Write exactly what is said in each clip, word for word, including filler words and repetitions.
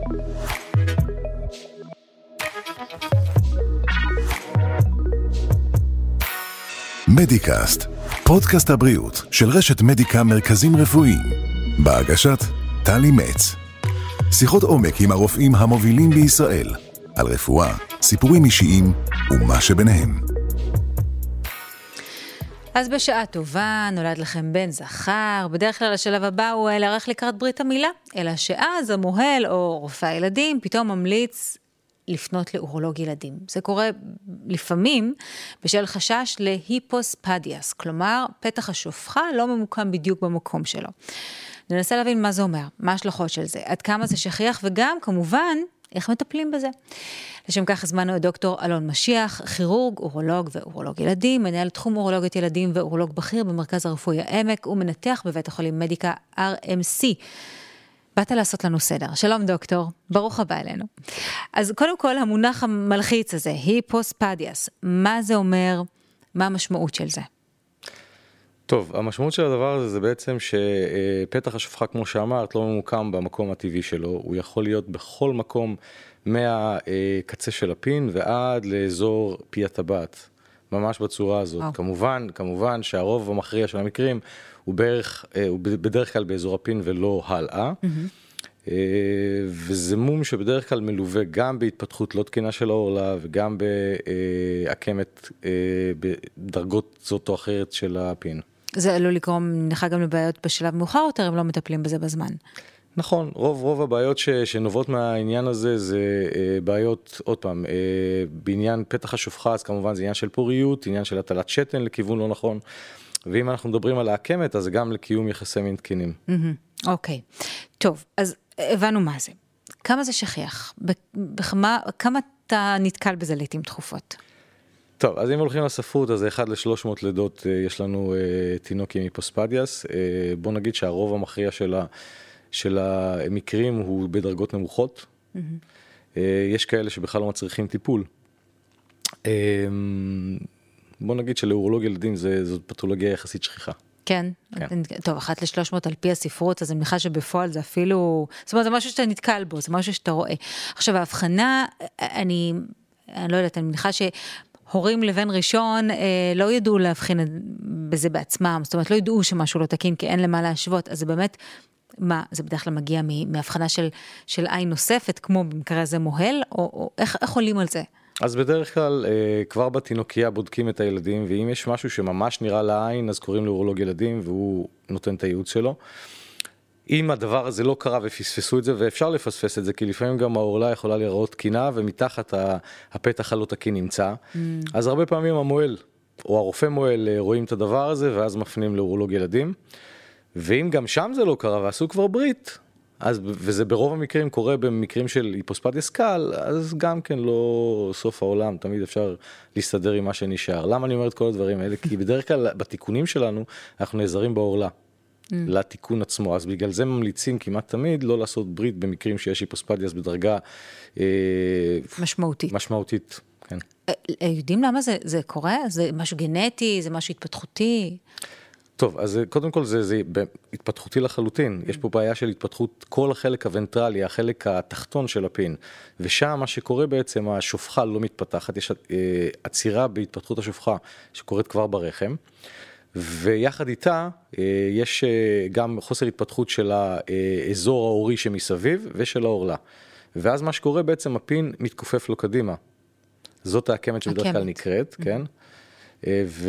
מדיקאסט, פודקאסט הבריאות של רשת מדיקה מרכזים רפואיים, בהגשת טלי מצ. שיחות עומק עם הרופאים המובילים בישראל, על רפואה, סיפורים אישיים ומה שביניהם. אז בשעה טובה נולד לכם בן זכר, בדרך כלל השלב הבא הוא להיערך לקראת ברית המילה, אלא שאז המוהל או רופא הילדים פתאום ממליץ לפנות לאורולוג ילדים. זה קורה לפעמים בשל חשש להיפוספדיאס, כלומר פתח השופחה לא ממוקם בדיוק במקום שלו. ננסה להבין מה זה אומר, מה ההשלכות של זה, עד כמה זה שכיח וגם כמובן איך מטפלים בזה. לשם כך הזמנו את דוקטור אלון משיח, כירורג, אורולוג ואורולוג ילדים, מנהל תחום אורולוגית ילדים ואורולוג בכיר במרכז הרפואי העמק, ומנתח בבית החולים מדיקה אר אם סי. באת לעשות לנו סדר. שלום דוקטור, ברוך הבא אלינו. אז קודם כל המונח המלחיץ הזה, היפוספדיאס, מה זה אומר, מה המשמעות של זה? טוב, המשמעות של הדבר הזה זה בעצם שפתח השופחה, כמו שאמרת, לא ממוקם במקום הטבעי שלו, הוא יכול להיות בכל מקום מהקצה של הפין ועד לאזור פי הטבעת, ממש בצורה הזאת. Oh. כמובן, כמובן שהרוב המכריע של המקרים הוא בערך, הוא בדרך כלל באזור הפין ולא הלאה, mm-hmm. וזה מום שבדרך כלל מלווה גם בהתפתחות לא תקינה של העורלה וגם בהקמת בדרגות זאת או אחרת של הפין. זה עלול לגרום נחה גם לבעיות בשלב מאוחר יותר, אם לא מטפלים בזה בזמן. נכון, רוב, רוב הבעיות ש, שנובעות מהעניין הזה זה אה, בעיות, עוד פעם, אה, בעניין פתח השופחה, אז כמובן זה עניין של פוריות, עניין של הטלת שתן לכיוון לא נכון, ואם אנחנו מדברים על ההקמת, אז זה גם לקיום יחסי מין תקינים. Mm-hmm. אוקיי, טוב, אז הבנו מה זה. כמה זה שכיח? בכמה, כמה אתה נתקל בזה לעתים תכופות? טוב, אז אם הולכים לספרות, אז אחד לשלוש מאות לידות יש לנו אה, תינוק עם היפוספדיאס. אה, בוא נגיד שהרוב המכריע של, ה, של המקרים הוא בדרגות נמוכות. Mm-hmm. אה, יש כאלה שבכלל לא מצריכים טיפול. אה, בוא נגיד שלאורולוג ילדים זה, זאת פתולוגיה יחסית שכיחה. כן, כן. טוב, אחת לשלוש מאות על פי הספרות, אז אני מניחה שבפועל זה אפילו, זאת אומרת, זה משהו שאתה נתקל בו, זה משהו שאתה רואה. עכשיו, ההבחנה, אני, אני לא יודעת, אני מניחה ש... הורים לבן ראשון אה, לא ידעו להבחין בזה בעצמם, זאת אומרת, לא ידעו שמשהו לא תקין, כי אין למה להשוות, אז זה באמת, מה, זה בדרך כלל מגיע מהבחנה של, של עין נוספת, כמו במקרה הזה מוהל, או, או איך, איך עולים על זה? אז בדרך כלל, אה, כבר בתינוקיה בודקים את הילדים, ואם יש משהו שממש נראה לעין, אז קוראים לאורולוג ילדים, והוא נותן את הייעוץ שלו. אם הדבר הזה לא קרה ופספסו את זה, ואפשר לפספס את זה, כי לפעמים גם העורלה יכולה לראות תקינה, ומתחת הפתח הלא תקין נמצא. Mm. אז הרבה פעמים המועל, או הרופא מועל, רואים את הדבר הזה, ואז מפנים לאורולוג ילדים. ואם גם שם זה לא קרה, ועשו כבר ברית, אז, וזה ברוב המקרים קורה במקרים של היפוספדיאס קל, אז גם כן לא סוף העולם, תמיד אפשר להסתדר עם מה שנשאר. למה אני אומר את כל הדברים האלה? כי בדרך כלל בתיקונים שלנו, אנחנו נעזרים בעורלה. לתיקון עצמו, אז בגלל זה ממליצים כמעט תמיד לא לעשות ברית במקרים שיש היפוספדיאס בדרגה משמעותית. משמעותית, כן. יודעים למה זה, זה קורה? זה משהו גנטי, זה משהו התפתחותי? טוב, אז קודם כל זה, זה התפתחותי לחלוטין. יש פה בעיה של התפתחות כל החלק הוונטרלי, החלק התחתון של הפין. ושם מה שקורה בעצם, השופחה לא מתפתחת, יש עצירה בהתפתחות השופחה שקורית כבר ברחם. ויחד איתה יש גם חוסר התפתחות של האזור האורי שמסביב ושל העורלה. ואז מה שקורה בעצם, הפין מתכופף לו קדימה. זאת ההקמת שבדרך כלל נקראת, כן? ו...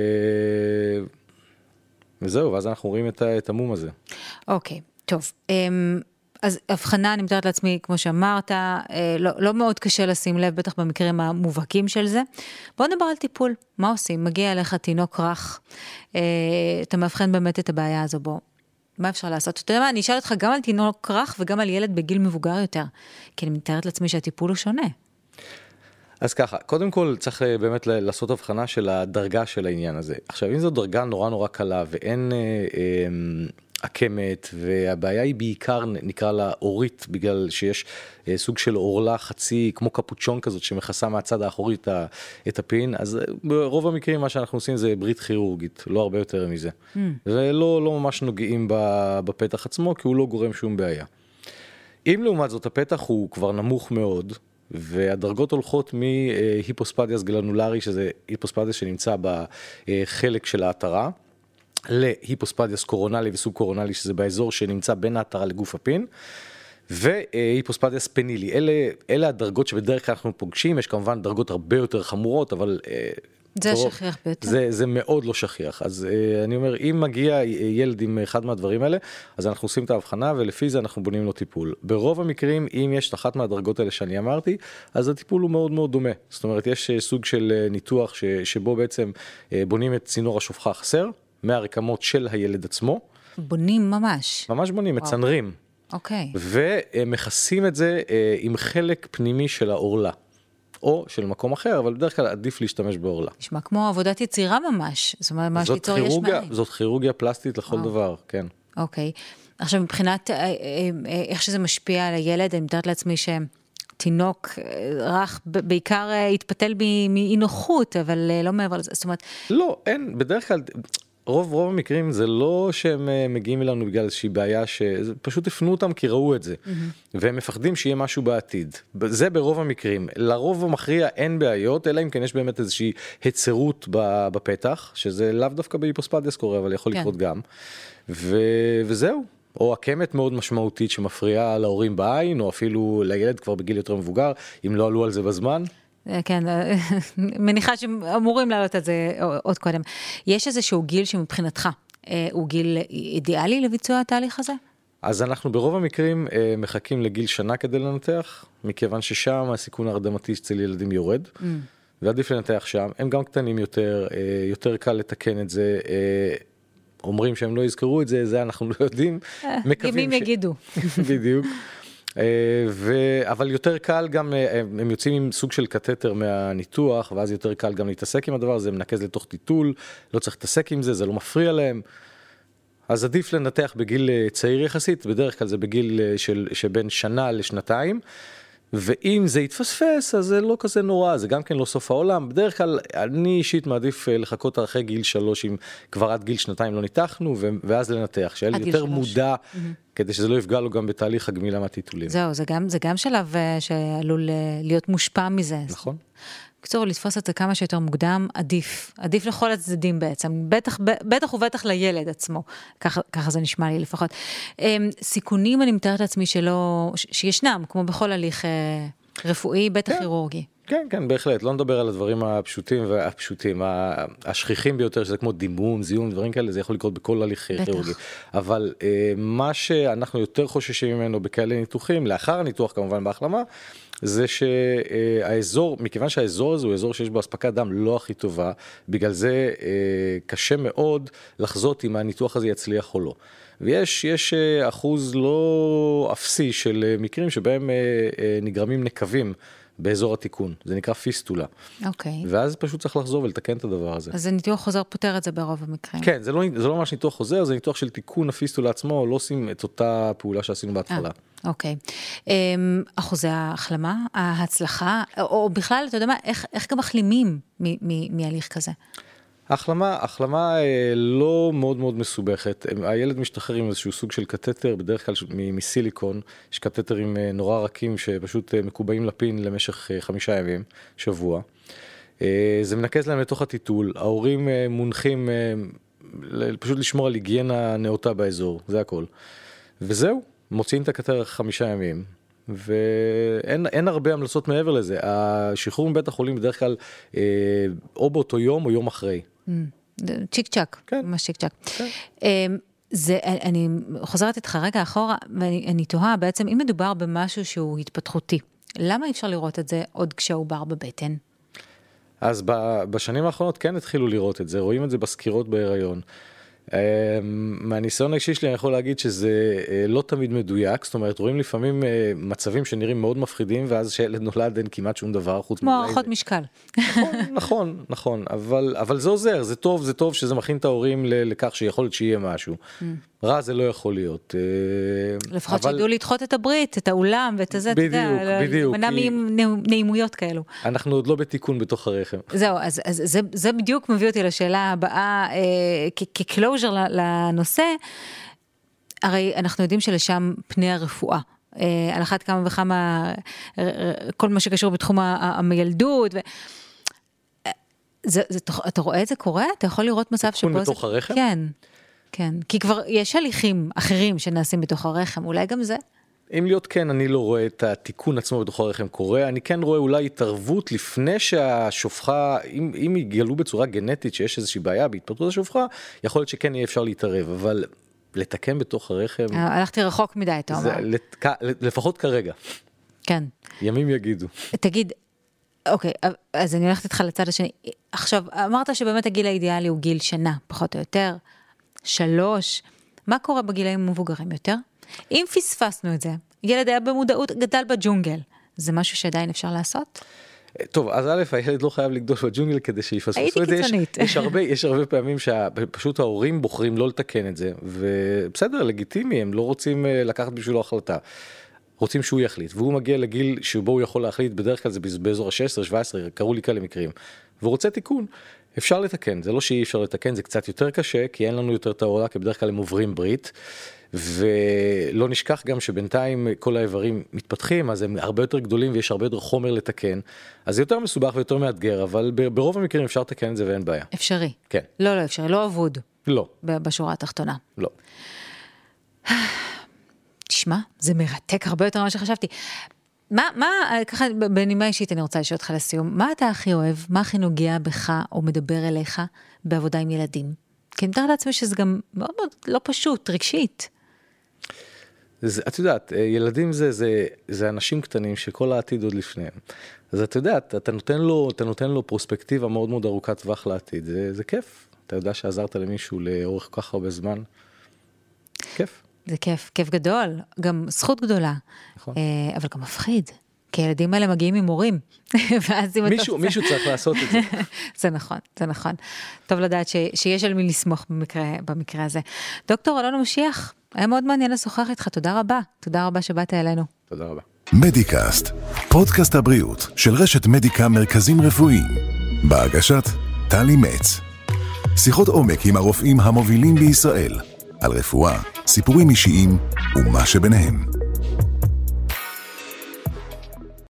וזהו, ואז אנחנו רואים את המום הזה. אוקיי, טוב. אז הבחנה, אני מתארת לעצמי, כמו שאמרת, לא, לא מאוד קשה לשים לב, בטח במקרים המובהקים של זה. בואו נדבר על טיפול. מה עושים? מגיע אליך תינוק רך, אתה מבחן באמת את הבעיה הזו בו. מה אפשר לעשות? אתה יודע מה, אני אשאל אותך גם על תינוק רך וגם על ילד בגיל מבוגר יותר, כי אני מתארת לעצמי שהטיפול הוא שונה. אז ככה, קודם כל צריך באמת לעשות הבחנה של הדרגה של העניין הזה. עכשיו, אם זו דרגה נורא נורא קלה ואין... אה, אה, הקמת, והבעיה היא בעיקר נקרא לה אורית, בגלל שיש סוג של אורלה חצי, כמו קפוצ'ון כזאת, שמכסה מהצד האחורי את הפין, אז ברוב המקרים מה שאנחנו עושים זה ברית כירורגית, לא הרבה יותר מזה. Mm. ולא לא ממש נוגעים בפתח עצמו, כי הוא לא גורם שום בעיה. אם לעומת זאת הפתח הוא כבר נמוך מאוד, והדרגות הולכות מהיפוספדיאס גלנולרי, שזה היפוספדיאס שנמצא בחלק של ההתרה, להיפוספדיאס קורונלי וסוב קורונלי, שזה באזור שנמצא בין ההתרה לגוף הפין, והיפוספדיאס פנילי. אלה, אלה הדרגות שבדרך כלל אנחנו פוגשים, יש כמובן דרגות הרבה יותר חמורות, אבל זה ברוב, שכיח ביותר. זה, זה מאוד לא שכיח. אז אני אומר, אם מגיע ילד עם אחד מהדברים האלה, אז אנחנו עושים את ההבחנה, ולפי זה אנחנו בונים לו טיפול. ברוב המקרים, אם יש אחת מהדרגות האלה שאני אמרתי, אז הטיפול הוא מאוד מאוד דומה. זאת אומרת, יש סוג של ניתוח ש, שבו בעצם בונים את צינור השופחה החסר, מהרקמות של הילד עצמו. בונים ממש. ממש בונים, מצנרים. אוקיי. ומכסים את זה עם חלק פנימי של העורלה. או של מקום אחר, אבל בדרך כלל עדיף להשתמש בעורלה. נשמע כמו עבודת יצירה ממש. זאת אומרת, ממש ליצור יש מאין. זאת כירורגיה פלסטית לכל דבר, כן. אוקיי. עכשיו, מבחינת איך שזה משפיע על הילד, אני מתארת לעצמי שתינוק רך בעיקר התפתל מאי נוחות, אבל לא מעבר לזה. זאת אומרת... לא, אין, בדרך כלל... רוב, רוב המקרים זה לא שהם מגיעים אלינו בגלל איזושהי בעיה, שפשוט הפנו אותם כי ראו את זה, mm-hmm. והם מפחדים שיהיה משהו בעתיד. זה ברוב המקרים. לרוב המכריע אין בעיות, אלא אם כן יש באמת איזושהי היצרות בפתח, שזה לאו דווקא בהיפוספדיאס קורה, אבל יכול לקרות גם. ו... וזהו. או הקמת מאוד משמעותית שמפריעה להורים בעין, או אפילו לילד כבר בגיל יותר מבוגר, אם לא עלו על זה בזמן. כן, מניחה שאמורים לעלות את זה עוד קודם. יש איזשהו גיל שמבחינתך הוא גיל אידיאלי לביצוע התהליך הזה? אז אנחנו ברוב המקרים מחכים לגיל שנה כדי לנתח, מכיוון ששם הסיכון ההרדמתי אצל ילדים יורד, mm. ועדיף לנתח שם. הם גם קטנים יותר, יותר קל לתקן את זה, אומרים שהם לא יזכרו את זה, זה אנחנו לא יודעים. ימים ש... יגידו. בדיוק. ו... אבל יותר קל גם, הם יוצאים עם סוג של קטטר מהניתוח, ואז יותר קל גם להתעסק עם הדבר הזה, מנקז לתוך טיטול, לא צריך להתעסק עם זה, זה לא מפריע להם. אז עדיף לנתח בגיל צעיר יחסית, בדרך כלל זה בגיל של, שבין שנה לשנתיים, ואם זה יתפספס, אז זה לא כזה נורא, זה גם כן לא סוף העולם. בדרך כלל, אני אישית מעדיף לחכות אחרי גיל שלוש, אם כבר עד גיל שנתיים לא ניתחנו, ואז לנתח, שהילד יותר מודע, mm-hmm. כדי שזה לא יפגע לו גם בתהליך הגמילה מהטיטולים. זהו, זה גם, זה גם שלב שעלול להיות מושפע מזה. נכון. בקצור, לתפוס את זה כמה שיותר מוקדם, עדיף. עדיף לכל הצדדים בעצם. בטח, בטח ובטח לילד עצמו. ככה, ככה זה נשמע לי לפחות. סיכונים, אני מתארת לעצמי שלא, שישנם, כמו בכל הליך רפואי, בטח כירורגי. כן, כן, בהחלט. לא נדבר על הדברים הפשוטים והפשוטים. השכיחים ביותר, שזה כמו דימום, זיהום, דברים כאלה, זה יכול לקרות בכל הליך כירורגי. אבל מה שאנחנו יותר חוששים ממנו בכאלה ניתוחים, לאחר הניתוח כמובן בהחלמה, זה שהאזור, מכיוון שהאזור הזה הוא אזור שיש בו אספקת דם לא הכי טובה, בגלל זה קשה מאוד לחזות אם הניתוח הזה יצליח או לא. ויש יש אחוז לא אפסי של מקרים שבהם נגרמים נקבים באזור התיקון. זה נקרא פיסטולה. אוקיי. ואז פשוט צריך לחזור ולתקן את הדבר הזה. אז ניתוח חוזר פותר את זה ברוב המקרים. כן, זה לא, זה לא ממש ניתוח חוזר, זה ניתוח של תיקון הפיסטולה עצמו, לא עושים את אותה פעולה שעשינו בהתחלה. אוקיי. אחוזי ההחלמה, ההצלחה, או בכלל, אתה יודע מה, איך, איך גם מחלימים מהליך כזה? ההחלמה, החלמה לא מאוד מאוד מסובכת. הילד משתחרר עם איזשהו סוג של קטטר, בדרך כלל מסיליקון, יש קטטרים נורא רכים שפשוט מקובעים לפין למשך חמישה ימים, שבוע. זה מנקז להם לתוך הטיטול, ההורים מונחים פשוט לשמור על היגיינה נאותה באזור, זה הכל. וזהו, מוציאים את הקטטר חמישה ימים. ואין אין הרבה המלצות מעבר לזה. השחרור מבית החולים בדרך כלל אה, או באותו יום או יום אחרי. צ'יק צ'ק, כן. ממש צ'יק צ'ק. כן. אה, זה, אני חוזרת איתך רגע אחורה, ואני אני תוהה בעצם, אם מדובר במשהו שהוא התפתחותי, למה אי אפשר לראות את זה עוד כשהעובר בבטן? אז בשנים האחרונות כן התחילו לראות את זה, רואים את זה בסקירות בהיריון. מהניסיון האישי שלי אני יכול להגיד שזה לא תמיד מדויק, זאת אומרת רואים לפעמים מצבים שנראים מאוד מפחידים ואז שילד נולד אין כמעט שום דבר חוץ כמו הערכות משקל. נכון, נכון, נכון, אבל, אבל זה עוזר, זה טוב, זה טוב שזה מכין את ההורים לכך שיכול להיות שיהיה משהו. רע זה לא יכול להיות. לפחות שידעו לדחות את הברית, את האולם ואת הזה, בדיוק, בדיוק. מנע נעימויות כאלו. אנחנו עוד לא בתיקון בתוך הרחם. זהו, אז זה, זה בדיוק מביא אותי לשאלה הבאה, כקלוז'ר לנושא, הרי אנחנו יודעים שלשם פני הרפואה, על אחת כמה וכמה, כל מה שקשור בתחום המילדות, ו... זה, זה, אתה רואה את זה קורה? אתה יכול לראות מצב שבו... תיקון בתוך הרחם? כן, כן. כי כבר יש הליכים אחרים שנעשים בתוך הרחם, אולי גם זה? אם להיות כן, אני לא רואה את התיקון עצמו בתוך הרחם קורה, אני כן רואה אולי התערבות לפני שהשופחה, אם, אם יגלו בצורה גנטית שיש איזושהי בעיה בהתפתחות השופחה, יכול להיות שכן יהיה אפשר להתערב, אבל לתקן בתוך הרחם... הלכתי רחוק מדי, אתה אומר. לת... לפחות כרגע. כן. ימים יגידו. תגיד, אוקיי, אז אני הולכת איתך לצד השני. עכשיו, אמרת שבאמת הגיל האידיאלי הוא גיל שנה, פחות או יותר, שלוש. מה קורה בגילאים מבוגרים יותר? אם פספסנו את זה, ילד היה במודעות, גדל בג'ונגל, זה משהו שעדיין אפשר לעשות? טוב, אז א', הילד לא חייב לגדול בג'ונגל כדי שיפספסו את זה. הייתי קיצונית. יש, יש הרבה, יש הרבה פעמים שפשוט ההורים בוחרים לא לתקן את זה, ובסדר, לגיטימי, הם לא רוצים לקחת בשבילו החלטה. רוצים שהוא יחליט, והוא מגיע לגיל שבו הוא יכול להחליט, בדרך כלל זה באזור ה-שש עשרה שבע עשרה, קראו לי כאלה מקרים, והוא רוצה תיקון, אפשר לתקן, זה לא שאי אפשר לתקן, זה קצת יותר קשה, כי אין לנו יותר תאוריה, כי בדרך כלל הם עוברים ברית, ולא נשכח גם שבינתיים כל האיברים מתפתחים, אז הם הרבה יותר גדולים ויש הרבה יותר חומר לתקן, אז זה יותר מסובך ויותר מאתגר, אבל ברוב המקרים אפשר לתקן את זה ואין בעיה. אפשרי. כן. לא, לא אפשרי, לא עבוד. לא. בשורה התחתונה. לא. תשמע, זה מרתק הרבה יותר ממה שחשבתי. מה, מה, ככה, בנימה אישית אני רוצה לשאול אותך לסיום, מה אתה הכי אוהב, מה הכי נוגע בך או מדבר אליך בעבודה עם ילדים? כי אני מתאר לעצמי שזה גם מאוד מאוד לא פשוט, רגשית. זה, את יודעת, ילדים זה, זה, זה אנשים קטנים שכל העתיד עוד לפניהם. אז את יודעת, אתה נותן לו, אתה נותן לו פרוספקטיבה מאוד מאוד ארוכת טווח לעתיד. זה, זה כיף. אתה יודע שעזרת למישהו לאורך כל כך הרבה זמן. כיף. זה כיף, כיף גדול, גם זכות גדולה. נכון. אבל גם מפחיד. כי הילדים האלה מגיעים עם מורים. מישהו, מישהו צריך לעשות את זה. זה נכון, זה נכון. טוב לדעת ש, שיש על מי לסמוך במקרה, במקרה הזה. דוקטור אלון משיח, היה מאוד מעניין לשוחח איתך, תודה רבה. תודה רבה שבאת אלינו. תודה רבה. מדיקאסט, פודקאסט הבריאות של רשת מדיקה מרכזים רפואיים. בהגשת טלי מצ. שיחות עומק עם הרופאים המובילים בישראל. על רפואה, סיפורים אישיים ומה שביניהם.